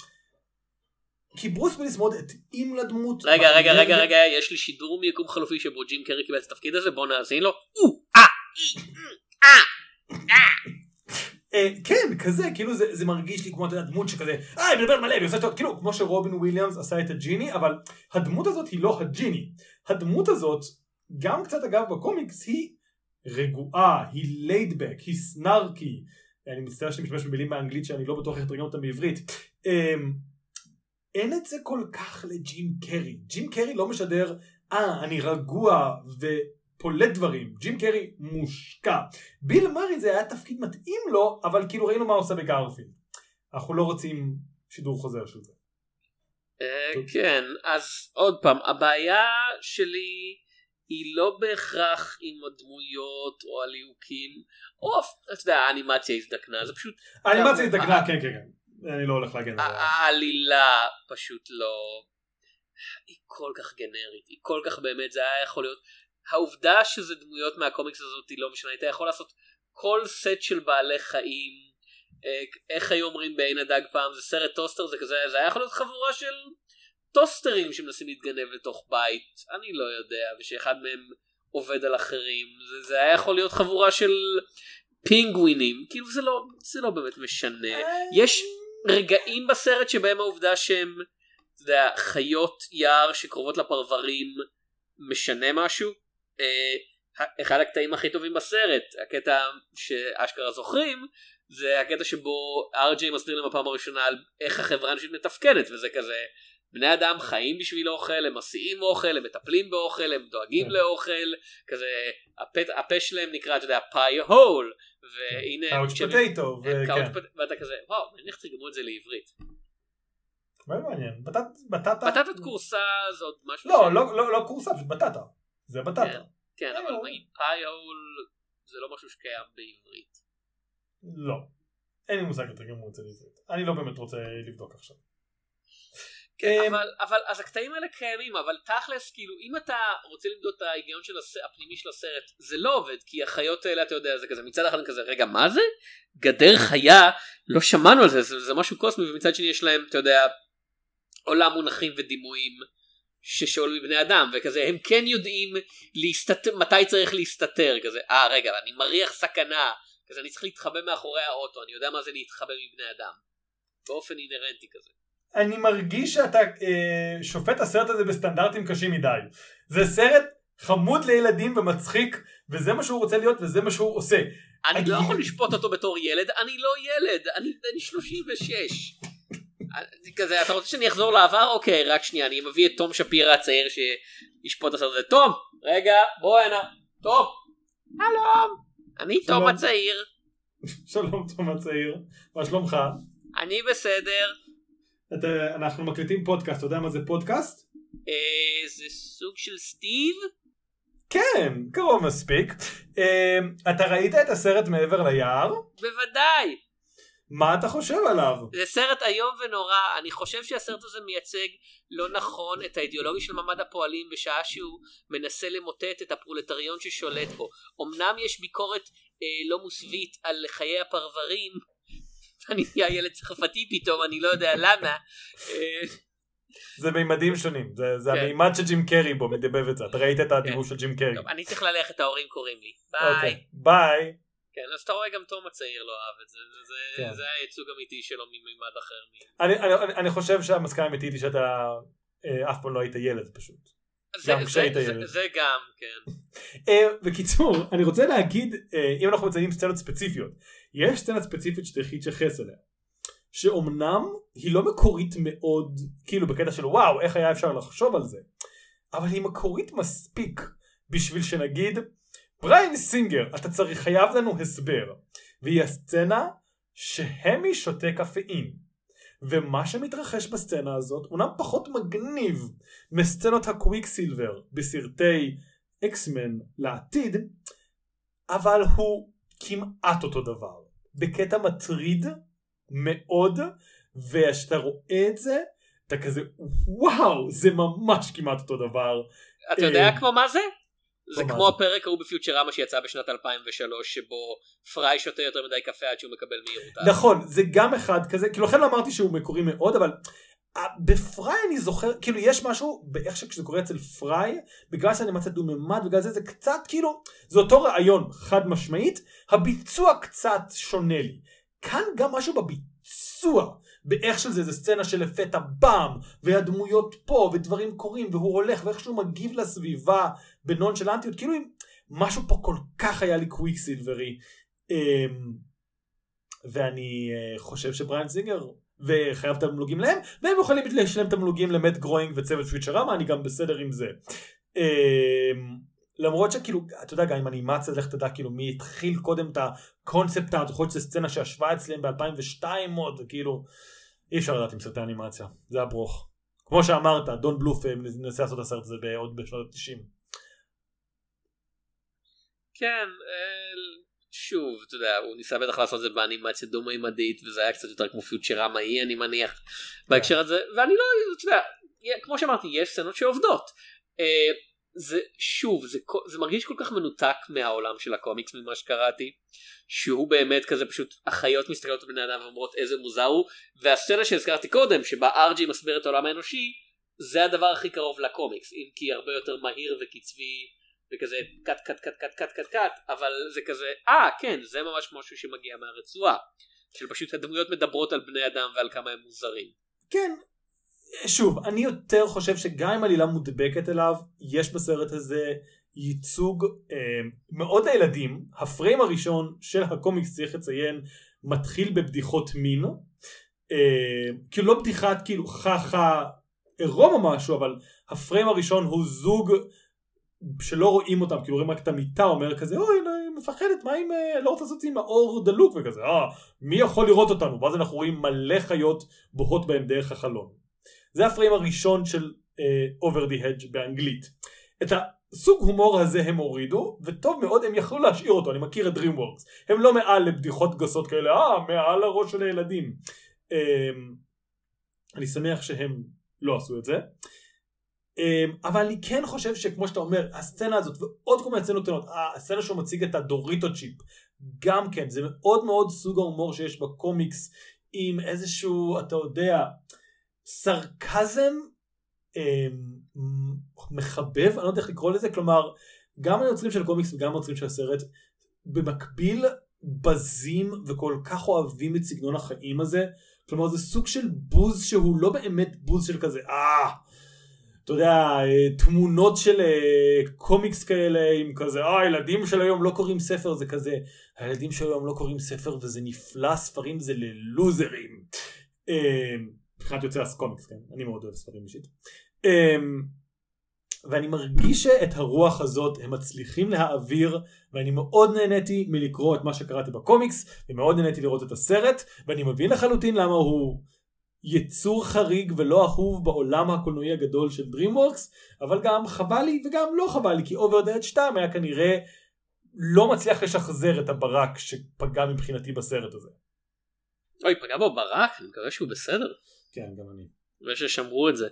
כי ברוס וויליס מאוד התאים לדמות. רגע, רגע, רגע, רגע, יש לי שידור מיקום חלופי שבו ג'ים קרי קיבל את התפקיד הזה, בוא נאזין לו. או, אה, אה, אה. כן, כזה, כאילו זה מרגיש לי כמו דמות שכזה, אה, היא מדברת מלא, והיא עושה טוב, כאילו כמו שרובין וויליאמס עשה את הג'יני, אבל הדמות הזאת היא לא הג'יני. הדמות הזאת, גם קצת אגב בקומיקס, היא רגועה, היא laid back, היא סנרקי. אני מצטער שאני משתמש במילים באנגלית שאני לא בטוח איך לתרגם אותם בעברית. אין את זה כל כך לג'ים קרי. ג'ים קרי לא משדר, אה, אני רגוע ופולט דברים. ג'ים קרי מושקע. ביל מרי זה היה תפקיד מתאים לו, אבל כאילו ראינו מה עושה בגרפילד. אנחנו לא רוצים שידור חוזר של זה. כן, אז עוד פעם, הבעיה שלי היא לא בהכרח עם הדמויות או הליהוקים, או, אתה יודע, האנימציה הזדקנה, זה פשוט... האנימציה הזדקנה, כן, כן, כן. אני לא הולך להגן. העלילה פשוט לא... היא כל כך גנרית, היא כל כך באמת, זה היה יכול להיות... העובדה שזה דמויות מהקומיקס הזאת היא לא משנה, היית יכול לעשות כל סט של בעלי חיים, איך היו אומרים בעין הדג פעם, זה סרט טוסטר, זה כזה, זה היה יכול להיות חבורה של טוסטרים שמנסים להתגנב לתוך בית, אני לא יודע, ושאחד מהם עובד על אחרים, זה, זה היה יכול להיות חבורה של פינגווינים, כאילו זה לא, זה לא באמת משנה. יש רגעים בסרט שבהם העובדה שהם, אתה יודע, חיות יער שקרובות לפרברים משנה משהו. אחד הקטעים הכי טובים בסרט, הקטע שאשכרה זוכרים, זה הקטע שבו אר ג'יי מסביר להם הפעם הראשונה על איך החברה האנושית מתפקדת, וזה כזה, בני אדם חיים בשביל אוכל, הם מסיעים אוכל, הם מטפלים באוכל, הם דואגים לאוכל, כזה, הפה שלהם נקרא, אתה יודע, פאי הול, והנה... קאוץ' פטייטו, ואתה כזה, וואו, אני איך תרגמו את זה לעברית. מה מעניין? בטטה? בטטת קורסה זה עוד משהו... לא, לא קורסה, פשוט בטטה. זה בטטה. כן, אבל פאי הול זה לא משהו שקיים בעברית. לא. אין לי מושג לתרגמו את זה לעברית. אני לא באמת רוצה לבדוק עכשיו. כן, אבל, אבל, אז הקטעים האלה קיימים, אבל תכלס, כאילו, אם אתה רוצה למדוד את ההיגיון של הס... הפנימי של הסרט, זה לא עובד, כי החיות האלה, אתה יודע, זה כזה, מצד אחד כזה, רגע, מה זה? גדר חיה? לא שמענו על זה, זה, זה משהו קוסמי, ומצד שני יש להם, אתה יודע, עולם מונחים ודימויים ששואל מבני אדם, וכזה, הם כן יודעים להסתתר, מתי צריך להסתתר, כזה, אה, רגע, אני מריח סכנה, כזה, אני צריך להתחבא מאחורי האוטו, אני יודע מה זה להתחבא מבני אדם, באופן אינרנטי כזה. אני מרגיש שאתה אה, שופט הסרט הזה בסטנדרטים קשים מדי. זה סרט חמוד לילדים ומצחיק, וזה מה שהוא רוצה להיות, וזה מה שהוא עושה. אני אני... לא יכול לשפוט אותו בתור ילד, אני לא ילד, אני בן שלושים ושש. כזה, אתה רוצה שאני אחזור לעבר? אוקיי, רק שנייה, אני מביא את תום שפירא הצעיר שישפוט הסרט הזה. תום, רגע, בוא הנה. תום, שלום, אני שלום. תום הצעיר. שלום תום הצעיר, מה שלומך? אני בסדר. אתה, אנחנו מקליטים פודקאסט, אתה יודע מה זה פודקאסט? אה, זה סוג של סטיב? כן, קרוב מספיק. אה, אתה ראית את הסרט מעבר ליער? בוודאי. מה אתה חושב עליו? זה סרט איום ונורא, אני חושב שהסרט הזה מייצג לא נכון את האידיאולוגיה של מעמד הפועלים בשעה שהוא מנסה למוטט את הפרולטריון ששולט בו. אמנם יש ביקורת אה, לא מוסבית על חיי הפרברים, אני אהיה ילד צרפתי פתאום, אני לא יודע למה. זה מימדים שונים, זה המימד שג'ים קרי בו מדבב את זה, אתה ראית את הדיבור של ג'ים קרי. אני צריך ללכת, ההורים קוראים לי, ביי. ביי. כן, אז אתה רואה גם תום הצעיר לא אהב את זה, זה היה ייצוג אמיתי שלו ממימד אחר. אני חושב שהמסקנה האמיתית היא שאתה אף פעם לא היית ילד פשוט. זה גם, כן. בקיצור, אני רוצה להגיד, אם אנחנו מציינים סצנות ספציפיות, יש סצנה ספציפית שתכף להתייחס אליה, שאומנם היא לא מקורית מאוד, כאילו בקטע של וואו, איך היה אפשר לחשוב על זה, אבל היא מקורית מספיק בשביל שנגיד, בריין סינגר, אתה צריך, חייב לנו הסבר, והיא הסצנה שהמי שותה קפאין. ומה שמתרחש בסצנה הזאת הוא פחות מגניב מסצנות הקוויקסילבר בסרטי אקסמן לעתיד, אבל הוא כמעט אותו דבר, בקטע מטריד מאוד, ושאתה רואה את זה אתה כזה וואו, זה ממש כמעט אותו דבר. אתה יודע כמו מה זה? זה כמו הפרק ההוא בפיוטרמה שיצא בשנת אלפיים ושלוש, שבו פריי שותה יותר מדי קפה עד שהוא מקבל מהירות. נכון, זה גם אחד כזה, כאילו לכן לא אמרתי שהוא מקורי מאוד, אבל בפריי אני זוכר, כאילו יש משהו באיך שכשזה קורה אצל פריי, בגלל שאני מצא דו-ממד, בגלל זה זה קצת כאילו, זה אותו רעיון חד משמעית, הביצוע קצת שונה לי. כאן גם משהו בביצוע, באיך של זה, זה סצנה של לפתע באם, והדמויות פה, ודברים קורים, והוא הולך, ואיך שהוא מגיב לסביבה, בנונשלנטיות, כאילו משהו פה כל כך היה לי קוויקסילברי, ואני חושב שבריאן זינגר, וחייב תמלוגים להם, והם יכולים לשלם תמלוגים למט גרוינג וצוות פיוטרמה, אני גם בסדר עם זה. למרות שכאילו, אתה יודע, גם עם אנימציה, לך תדע כאילו מי התחיל קודם את הקונספט, אתה יכול להיות שזו סצנה שישבה אצלם ב-אלפיים ושתיים עוד, כאילו, אי אפשר לדעת עם סרטי אנימציה, זה הברוך. כמו שאמרת, דון בלוף ננסה לעשות את הסרט הזה עוד בשנות ה-תשעים. כן, שוב, אתה יודע, הוא ניסה בטח לעשות את זה באנימציה דו-מימדית, וזה היה קצת יותר כמו פיוטרמה, היא אני מניח, בהקשר הזה, ואני לא, אתה יודע, כמו שאמרתי, יש סצנות שעובדות. זה שוב, זה, זה מרגיש כל כך מנותק מהעולם של הקומיקס ממה שקראתי, שהוא באמת כזה פשוט החיות מסתכלות על בני אדם ואומרות איזה מוזר הוא, והסצנה שהזכרתי קודם שבה ארג'י מסביר את העולם האנושי, זה הדבר הכי קרוב לקומיקס, אם כי הרבה יותר מהיר וקצבי וכזה קט קט קט קט קט קט קט, אבל זה כזה, אה כן, זה ממש משהו שמגיע מהרצועה, של פשוט הדמויות מדברות על בני אדם ועל כמה הם מוזרים. כן, שוב, אני יותר חושב שגם אם עלילה מודבקת אליו, יש בסרט הזה ייצוג אה, מאוד לילדים. הפריים הראשון של הקומיקס, צריך לציין, מתחיל בבדיחות מין. אה, כאילו לא בדיחת כאילו חכה עירום או משהו, אבל הפריים הראשון הוא זוג שלא רואים אותם, כאילו רואים רק את המיטה, אומר כזה, אוי, אני מפחדת, מה אם לא רוצה לעשות עם האור דלוק וכזה, אה, מי יכול לראות אותנו? ואז אנחנו רואים מלא חיות בוהות בהם דרך החלון. זה הפריים הראשון של uh, Over the Hedge באנגלית. את הסוג הומור הזה הם הורידו, וטוב מאוד הם יכלו להשאיר אותו, אני מכיר את DreamWorks. הם לא מעל לבדיחות גסות כאלה, אה, מעל הראש של הילדים. Um, אני שמח שהם לא עשו את זה. Um, אבל אני כן חושב שכמו שאתה אומר, הסצנה הזאת, ועוד כל מיני סצנות, הסצנה שהוא מציג את הדוריטו צ'יפ, גם כן, זה מאוד מאוד סוג ההומור שיש בקומיקס, עם איזשהו, אתה יודע, סרקזם אה, מחבב, אני לא יודע איך לקרוא לזה, כלומר, גם היוצרים של הקומיקס וגם היוצרים של הסרט, במקביל בזים וכל כך אוהבים את סגנון החיים הזה, כלומר זה סוג של בוז שהוא לא באמת בוז של כזה, אה, אתה יודע, תמונות של קומיקס כאלה עם כזה, אה, הילדים של היום לא קוראים ספר, זה כזה, הילדים של היום לא קוראים ספר וזה נפלא, ספרים זה ללוזרים. אה, מבחינת יוצא הקומיקס, כן? אני מאוד אוהב ספרים אישית. ואני מרגיש שאת הרוח הזאת הם מצליחים להעביר, ואני מאוד נהניתי מלקרוא את מה שקראתי בקומיקס, ומאוד נהניתי לראות את הסרט, ואני מבין לחלוטין למה הוא יצור חריג ולא אהוב בעולם הקולנועי הגדול של DreamWorks, אבל גם חבל לי וגם לא חבל לי, כי Over the Hedge שתיים היה כנראה לא מצליח לשחזר את הברק שפגע מבחינתי בסרט הזה. אוי, פגע בו ברק, אני מקווה שהוא בסדר. כן, גם אני. וששמרו את זה.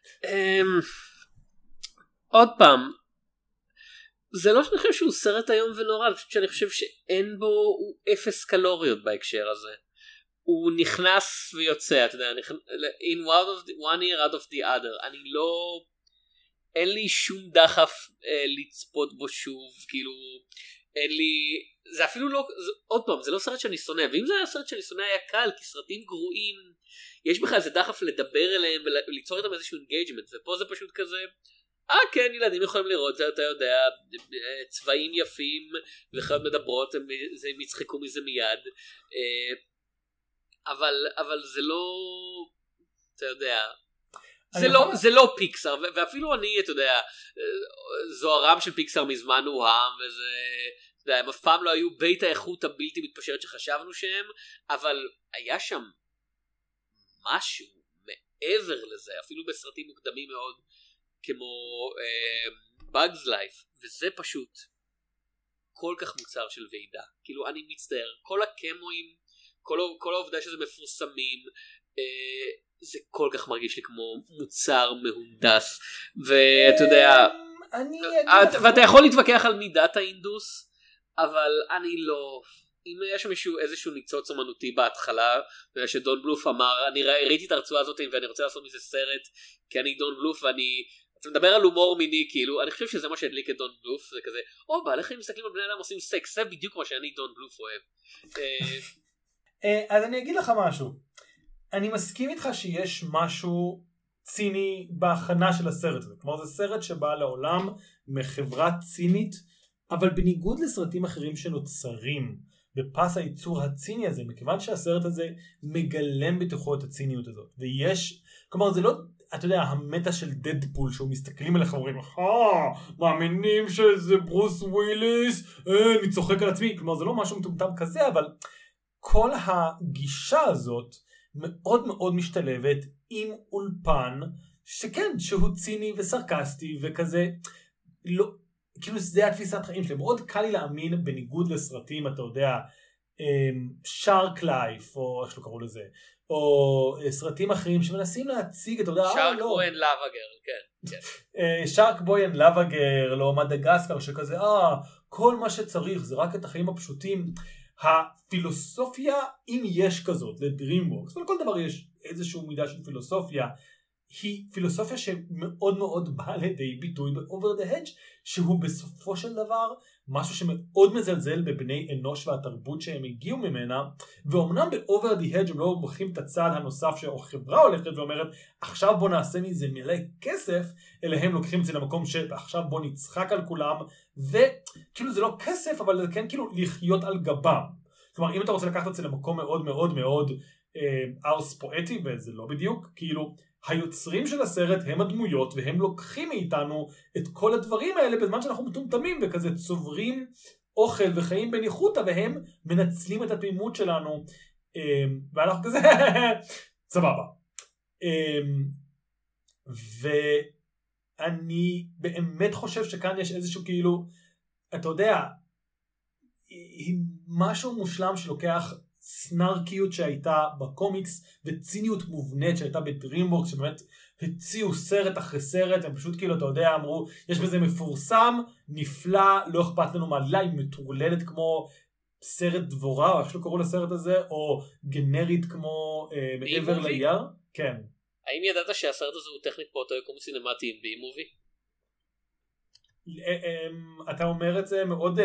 עוד פעם, זה לא שאני חושב שהוא סרט היום ונורא, אני חושב שאני חושב שאין בו, הוא אפס קלוריות בהקשר הזה. הוא נכנס ויוצא, אתה יודע, in one, of the, one ear out of the other. אני לא, אין לי שום דחף אה, לצפות בו שוב, כאילו, אין לי, זה אפילו לא, זה, עוד פעם, זה לא סרט שאני שונא, ואם זה היה סרט שאני שונא היה קל, כי סרטים גרועים, יש בכלל איזה דחף לדבר אליהם וליצור איתם איזשהו אינגייג'מנט, ופה זה פשוט כזה, אה כן, ילדים יכולים לראות זה, אתה יודע, צבעים יפים וחיות מדברות, הם, הם יצחקו מזה מיד, אבל, אבל זה לא, אתה יודע, זה לא, זה לא פיקסר, ואפילו אני, אתה יודע, זוהרם של פיקסר מזמן הוא העם, וזה, הם אף פעם לא היו בית האיכות הבלתי מתפשרת שחשבנו שהם, אבל היה שם משהו מעבר לזה, אפילו בסרטים מוקדמים מאוד, כמו uh, Bugs Life, וזה פשוט כל כך מוצר של ועידה. כאילו אני מצטער, כל הקמואים, כל, כל העובדה שזה מפורסמים, uh, זה כל כך מרגיש לי כמו מוצר מהונדס, ואתה יודע, אני... ואתה יכול להתווכח על מידת האינדוס, אבל אני לא... אם יש שם מישהו, איזשהו ניצוץ אומנותי בהתחלה, שדון בלוף אמר, אני ראיתי את הרצועה הזאת ואני רוצה לעשות מזה סרט, כי אני דון בלוף ואני... אתה מדבר על הומור מיני, כאילו, אני חושב שזה מה שהדליק את דון בלוף, זה כזה, או, בעלי חיים מסתכלים על בני אדם עושים סקס, זה בדיוק מה שאני דון בלוף אוהב. אז אני אגיד לך משהו. אני מסכים איתך שיש משהו ציני בהכנה של הסרט הזה. כלומר זה סרט שבא לעולם מחברה צינית, אבל בניגוד לסרטים אחרים שנוצרים בפס הייצור הציני הזה, מכיוון שהסרט הזה מגלם בתוכו את הציניות הזאת. ויש, כלומר זה לא, אתה יודע, המטה של דדפול, שהוא מסתכלים עליך ואומרים, אה, מאמינים שזה ברוס וויליס, אה, אני צוחק על עצמי. כלומר זה לא משהו מטומטם כזה, אבל כל הגישה הזאת מאוד מאוד משתלבת עם אולפן, שכן, שהוא ציני וסרקסטי וכזה, לא, כאילו זה התפיסת חיים שלהם. מאוד קל לי להאמין בניגוד לסרטים, אתה יודע, שארק לייף, או איך שלא קראו לזה, או סרטים אחרים שמנסים להציג, אתה יודע, שארק בוי אנד לאבה גרל, כן. שארק בוי אנד לאבה גרל, או מדגסקר, שכזה, אה, כל מה שצריך זה רק את החיים הפשוטים. הפילוסופיה, אם יש כזאת, לדרימוורקס, ולכל דבר יש איזשהו מידה של פילוסופיה, היא פילוסופיה שמאוד מאוד באה לידי ביטוי ב-Over the Hedge, שהוא בסופו של דבר משהו שמאוד מזלזל בבני אנוש והתרבות שהם הגיעו ממנה, ואומנם ב-Over the Hedge הם לא הולכים את הצעד הנוסף שהחברה הולכת ואומרת, עכשיו בוא נעשה מזה מלא כסף, אלא הם לוקחים את זה למקום שעכשיו בוא נצחק על כולם, וכאילו זה לא כסף, אבל זה כן כאילו לחיות על גבם. כלומר, אם אתה רוצה לקחת את זה למקום מאוד מאוד מאוד אה, ארס פואטי, וזה לא בדיוק, כאילו, היוצרים של הסרט הם הדמויות, והם לוקחים מאיתנו את כל הדברים האלה בזמן שאנחנו מטומטמים, וכזה צוברים אוכל וחיים בניחותא, והם מנצלים את התמימות שלנו, ואנחנו כזה, סבבה. ואני באמת חושב שכאן יש איזשהו כאילו, אתה יודע, משהו מושלם שלוקח סנרקיות שהייתה בקומיקס וציניות מובנית שהייתה בדרימוורקס, שבאמת הציעו סרט אחרי סרט, הם פשוט כאילו, אתה יודע, אמרו, יש בזה מפורסם, נפלא, לא אכפת לנו מה, היא מטורללת כמו סרט דבורה, או איך שלא קראו לסרט הזה, או גנרית כמו אה, מעבר ליער. כן. האם ידעת שהסרט הזה הוא טכנית באותו יקום סינמטי עם בי מובי? אתה אומר את זה מאוד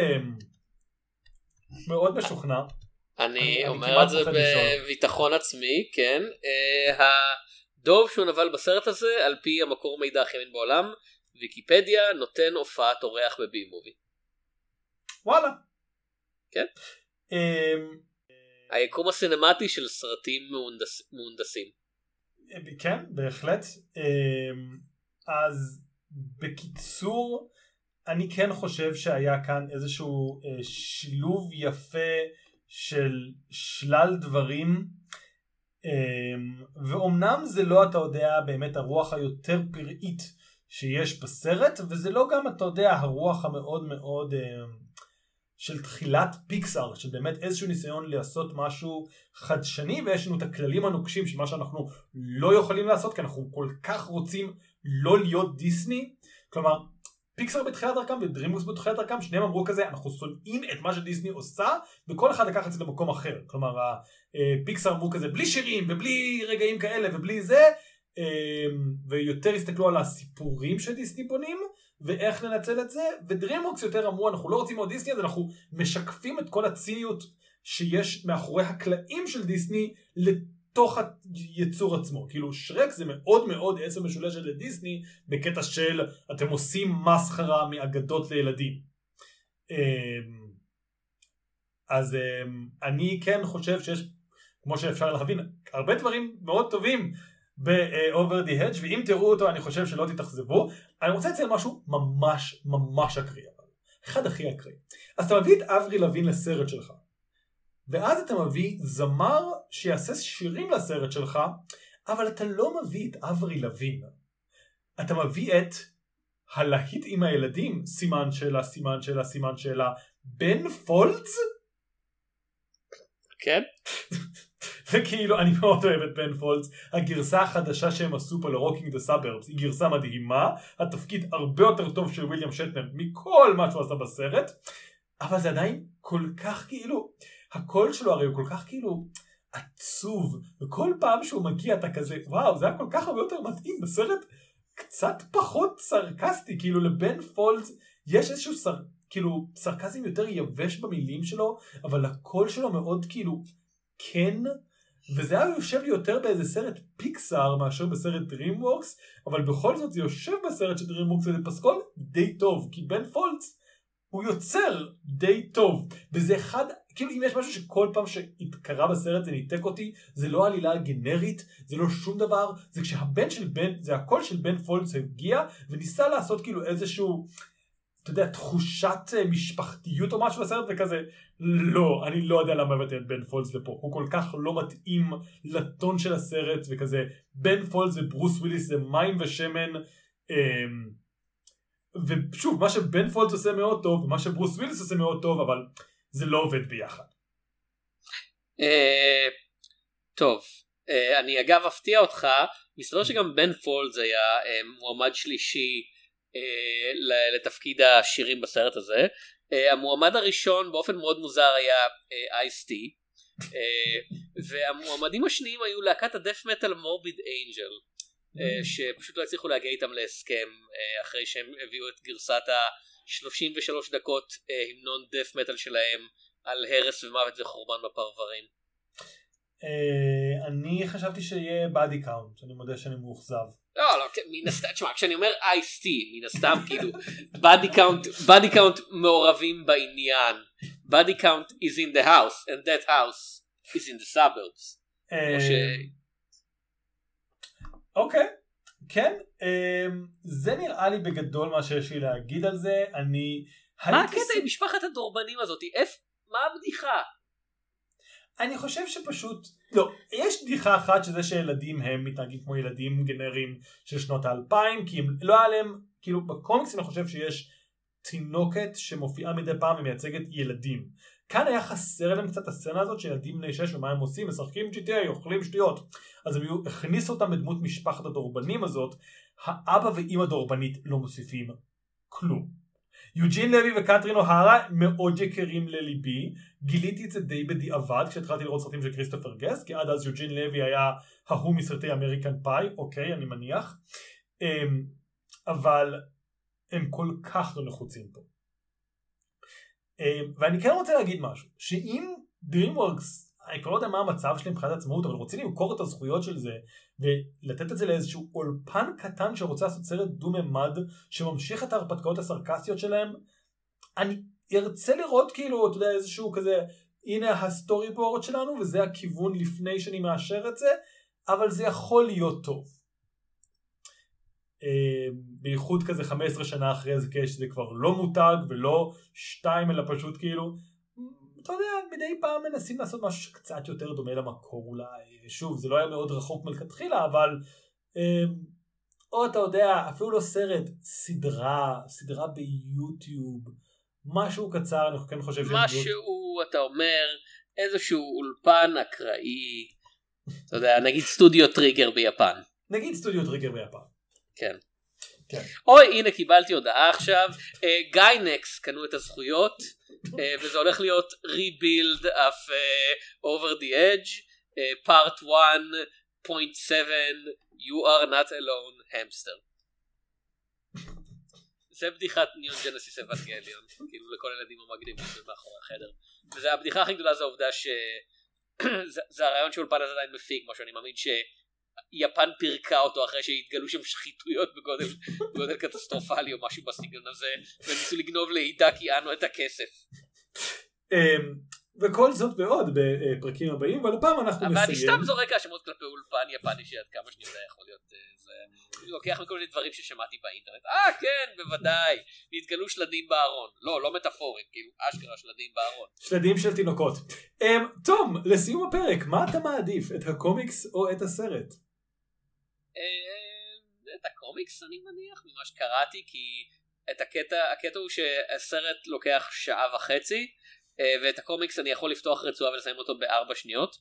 מאוד משוכנע. אני אומר את זה בביטחון עצמי, כן. הדוב שהוא נבל בסרט הזה, על פי המקור מידע הכי אמין בעולם, ויקיפדיה נותן הופעת אורח בבי מובי. וואלה. כן. היקום הסינמטי של סרטים מהונדסים. כן, בהחלט. אז בקיצור, אני כן חושב שהיה כאן איזשהו שילוב יפה של שלל דברים, ואומנם זה לא, אתה יודע, באמת הרוח היותר פראית שיש בסרט, וזה לא גם, אתה יודע, הרוח המאוד מאוד של תחילת פיקסאר, של באמת איזשהו ניסיון לעשות משהו חדשני, ויש לנו את הכללים הנוקשים של מה שאנחנו לא יכולים לעשות, כי אנחנו כל כך רוצים לא להיות דיסני. כלומר, פיקסאר בתחילת דרכם ודרימוורקס בתחילת דרכם, שניהם אמרו כזה, אנחנו שונאים את מה שדיסני עושה, וכל אחד לקח את זה למקום אחר. כלומר, פיקסאר אמרו כזה, בלי שירים ובלי רגעים כאלה ובלי זה, ויותר הסתכלו על הסיפורים שדיסני בונים, ואיך לנצל את זה, ודרימוורקס יותר אמרו, אנחנו לא רוצים עוד דיסני, אז אנחנו משקפים את כל הציניות שיש מאחורי הקלעים של דיסני לתוך היצור עצמו. כאילו שרק זה מאוד מאוד עצם משולשת לדיסני, בקטע של אתם עושים מסחרה מאגדות לילדים. אז אני כן חושב שיש, כמו שאפשר להבין, הרבה דברים מאוד טובים ב-Over the Hedge, ואם תראו אותו אני חושב שלא תתאכזבו. אני רוצה לציין משהו ממש ממש אקרי, אחד הכי אקרי. אז אתה מביא את אברי לוין לסרט שלך, ואז אתה מביא זמר שיעשה שירים לסרט שלך, אבל אתה לא מביא את אברי לוין, אתה מביא את הלהיט עם הילדים, סימן שאלה, סימן שאלה, סימן שאלה, בן פולץ? כן. וכאילו אני מאוד אוהב את בן פולץ. הגרסה החדשה שהם עשו פה ל-Rocking the Suburbs היא גרסה מדהימה, התפקיד הרבה יותר טוב של וויליאם שטנר מכל מה שהוא עשה בסרט, אבל זה עדיין כל כך כאילו, הקול שלו הרי הוא כל כך כאילו עצוב, וכל פעם שהוא מגיע אתה כזה וואו, זה היה כל כך הרבה יותר מתאים בסרט קצת פחות סרקסטי. כאילו לבן פולץ יש איזשהו סר... כאילו סרקזם יותר יבש במילים שלו, אבל הקול שלו מאוד כאילו כן, וזה היה יושב לי יותר באיזה סרט פיקסאר מאשר בסרט DreamWorks, אבל בכל זאת זה יושב בסרט של DreamWorks, וזה פסקול די טוב, כי בן פולץ הוא יוצר די טוב, וזה אחד, כאילו אם יש משהו שכל פעם שהתקרה בסרט זה ניתק אותי, זה לא עלילה גנרית, זה לא שום דבר, זה כשהבן של בן, זה הקול של בן פולץ הגיע, וניסה לעשות כאילו איזשהו, אתה יודע, תחושת משפחתיות או משהו בסרט, וכזה, לא, אני לא יודע למה הבאתי את בן פולץ לפה, הוא כל כך לא מתאים לטון של הסרט, וכזה, בן פולץ וברוס וויליס זה מים ושמן, אמ, ושוב, מה שבן פולץ עושה מאוד טוב, ומה שברוס וויליס עושה מאוד טוב, אבל זה לא עובד ביחד. טוב, אני אגב אפתיע אותך, מסתבר שגם בן פולץ היה מועמד שלישי לתפקיד השירים בסרט הזה. המועמד הראשון באופן מאוד מוזר היה אייס-טי, והמועמדים השניים היו להקת הדף מטל מורביד אנג'ל, שפשוט לא הצליחו להגיע איתם להסכם אחרי שהם הביאו את גרסת ה-שלושים ושלוש דקות המנון דף מטל שלהם על הרס ומוות וחורבן בפרברים. אני חשבתי שיהיה בדי קאונט, אני מודה שאני מאוכזב. לא, לא, מן הסתם, תשמע, כשאני אומר אייס-טי, מן הסתם כאילו, בדי קאונט, בדי קאונט מעורבים בעניין. בדי קאונט is in the house, and that house is in the suburbs. אוקיי, כן, זה נראה לי בגדול מה שיש לי להגיד על זה. אני... מה הקטע עם משפחת הדורבנים הזאת? מה הבדיחה? אני חושב שפשוט, לא, יש בדיחה אחת שזה שילדים הם מתנהגים כמו ילדים גנריים של שנות האלפיים, כי הם לא היה להם, כאילו בקומיקס אני חושב שיש תינוקת שמופיעה מדי פעם ומייצגת ילדים. כאן היה חסר להם קצת הסצנה הזאת שילדים בני שש ומה הם עושים, משחקים ג'י טי איי, אוכלים שטויות. אז הם הכניסו אותם בדמות משפחת הדורבנים הזאת, האבא ואמא דורבנית לא מוסיפים כלום. יוג'ין לוי וקטרין אוהרה מאוד יקרים לליבי, גיליתי את זה די בדיעבד כשהתחלתי לראות סרטים של כריסטופר גסט, כי עד אז יוג'ין לוי היה ההוא מסרטי אמריקן פאי, אוקיי, אני מניח, אבל הם כל כך לא נחוצים פה. ואני כן רוצה להגיד משהו, שאם DreamWorks, אני כבר לא יודע מה המצב שלהם מבחינת עצמאות, אבל רוצים למכור את הזכויות של זה, ולתת את זה לאיזשהו אולפן קטן שרוצה לעשות סרט דו-ממד, שממשיך את ההרפתקאות הסרקסטיות שלהם, אני ארצה לראות כאילו, אתה יודע, איזשהו כזה, הנה הסטורי בורד שלנו, וזה הכיוון לפני שאני מאשר את זה, אבל זה יכול להיות טוב. בייחוד כזה חמש עשרה שנה אחרי זה, כשזה כבר לא מותג ולא שתיים, אלא פשוט כאילו, אתה יודע, מדי פעם מנסים לעשות משהו שקצת יותר דומה למקור אולי. שוב, זה לא היה מאוד רחוק מלכתחילה, אבל או אתה יודע, אפילו לא סרט, סדרה, סדרה ביוטיוב, משהו קצר, אני כן חושב משהו, אתה אומר, איזשהו אולפן אקראי, אתה יודע, נגיד סטודיו טריגר ביפן. נגיד סטודיו טריגר ביפן. כן. כן. אוי, הנה קיבלתי הודעה עכשיו, גיינקס קנו את הזכויות, וזה הולך להיות rebuild of uh, over the edge, uh, part one point seven, you are not alone, hamster. זה בדיחת ניון ג'נסיס אבנגליון, כאילו לכל הילדים המקדימים מאחורי החדר. וזה הבדיחה הכי גדולה, זה העובדה שזה הרעיון שאולפן הזה עדיין מפיק, מה שאני מאמין שיפן פירקה אותו אחרי שהתגלו שם שחיתויות בגודל, בגודל קטסטרופלי או משהו בסגנון הזה, וניסו לגנוב לעידה כי אנו את הכסף. וכל זאת ועוד בפרקים הבאים, אבל הפעם אנחנו נסיים. אבל אני סתם זורק האשמות כלפי אולפן יפני שעד כמה שאני יודע יכול להיות זה. אני לוקח מכל מיני דברים ששמעתי באינטרנט. אה כן, בוודאי, נתגלו שלדים בארון. לא, לא מטאפורים, כאילו אשכרה שלדים בארון. שלדים של תינוקות. תום, לסיום הפרק, מה אתה מעדיף? את הקומיקס או את הסרט? את הקומיקס אני מניח, ממה שקראתי, כי את הקטע, הקטע הוא שהסרט לוקח שעה וחצי, ואת הקומיקס אני יכול לפתוח רצועה ולסיים אותו בארבע שניות.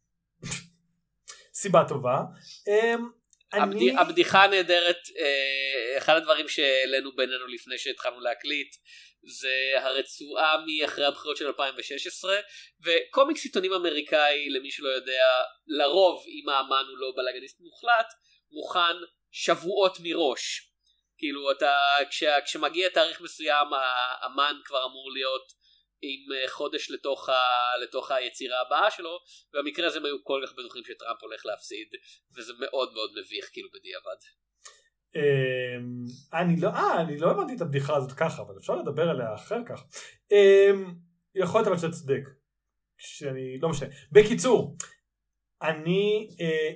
סיבה טובה. אני... הבדיחה הנהדרת, אחד הדברים שהעלינו בינינו לפני שהתחלנו להקליט, זה הרצועה מאחרי הבחירות של אלפיים ושש עשרה, וקומיקס עיתונים אמריקאי, למי שלא יודע, לרוב אם האמן הוא לא בלגניסט מוחלט, מוכן שבועות מראש. כאילו אתה, כש, כשמגיע תאריך מסוים, האמן כבר אמור להיות עם חודש לתוך, ה, לתוך היצירה הבאה שלו, והמקרה הזה הם היו כל כך בטוחים שטראמפ הולך להפסיד, וזה מאוד מאוד מביך כאילו בדיעבד. אני לא, אה, אני לא הבנתי את הבדיחה הזאת ככה, אבל אפשר לדבר עליה אחר כך. יכול להיות אבל שאתה צודק, שאני, לא משנה. בקיצור, אני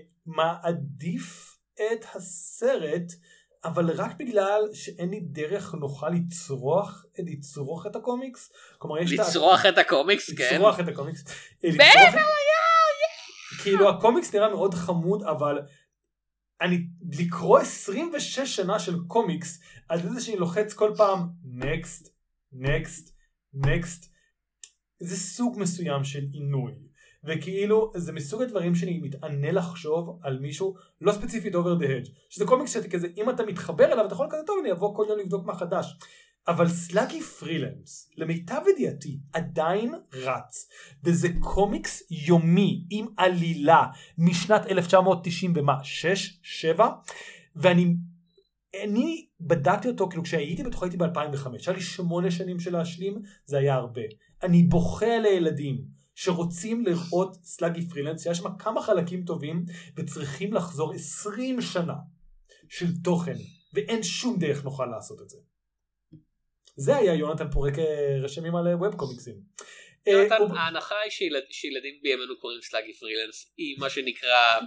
מעדיף את הסרט, אבל רק בגלל שאין לי דרך נוחה לצרוך, לצרוך את הקומיקס. כלומר, יש לצרוך את הקומיקס, כן. לצרוך את הקומיקס. בעבר כאילו, הקומיקס נראה מאוד חמוד, אבל אני לקרוא עשרים ושש שנה של קומיקס, על זה שאני לוחץ כל פעם, next, next, next, זה סוג מסוים של עינוי. וכאילו זה מסוג הדברים שאני מתענה לחשוב על מישהו לא ספציפית over the hedge, שזה קומיקס שאתה כזה, אם אתה מתחבר אליו אתה יכול כזה טוב, אני אבוא כל יום לבדוק מה חדש. אבל סלאגי פרילנס למיטב ידיעתי עדיין רץ, וזה קומיקס יומי עם עלילה משנת אלף תשע מאות תשעים ומה שש שבע, ואני אני בדקתי אותו כאילו כשהייתי בתוך הייתי ב-אלפיים וחמש, היה לי שמונה שנים של להשלים, זה היה הרבה. אני בוכה לילדים שרוצים לראות סלאגי פרילנס, שיש שם כמה חלקים טובים, וצריכים לחזור עשרים שנה של תוכן, ואין שום דרך נוכל לעשות את זה. זה היה יונתן פורק רשמים על ווב קומיקסים. יונתן, ההנחה היא שילדים בימינו קוראים סלאגי פרילנס, היא מה שנקרא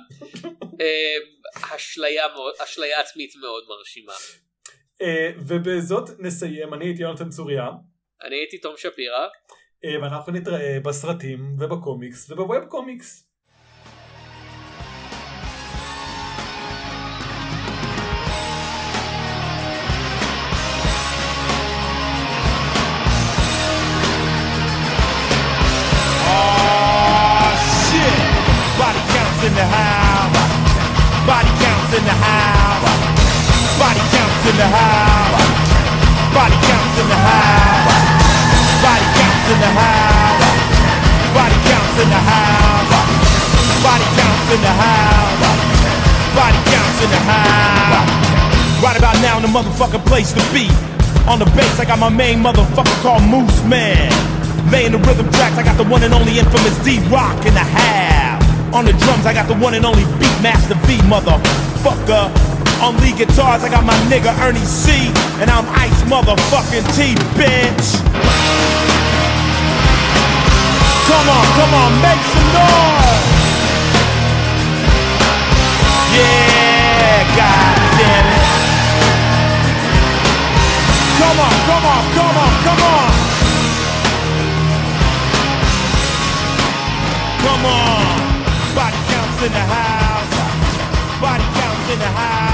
אשליה עצמית מאוד מרשימה. ובזאת נסיים, אני הייתי יונתן צוריה. אני הייתי תום שפירא. ואנחנו נתראה בסרטים ובקומיקס ובווב קומיקס. Body counts in the house. Body counts in the house. Body counts in the house. Body counts in the house. Body counts in the house. Body counts in the house. Body counts in the house. Body counts in the house. Right about now in the motherfucking place to be. On the bass I got my main motherfucker called Moose Man. Laying the rhythm tracks I got the one and only infamous D-Rock in the house. On the drums, I got the one and only Beatmaster V, motherfucker. On lead guitars, I got my nigga Ernie C. And I'm Ice motherfucking T, bitch. Come on, come on, make some noise. Yeah, goddamn it. Come on, come on, come on, come on. Come on. Body counts in the house. Body counts in the house.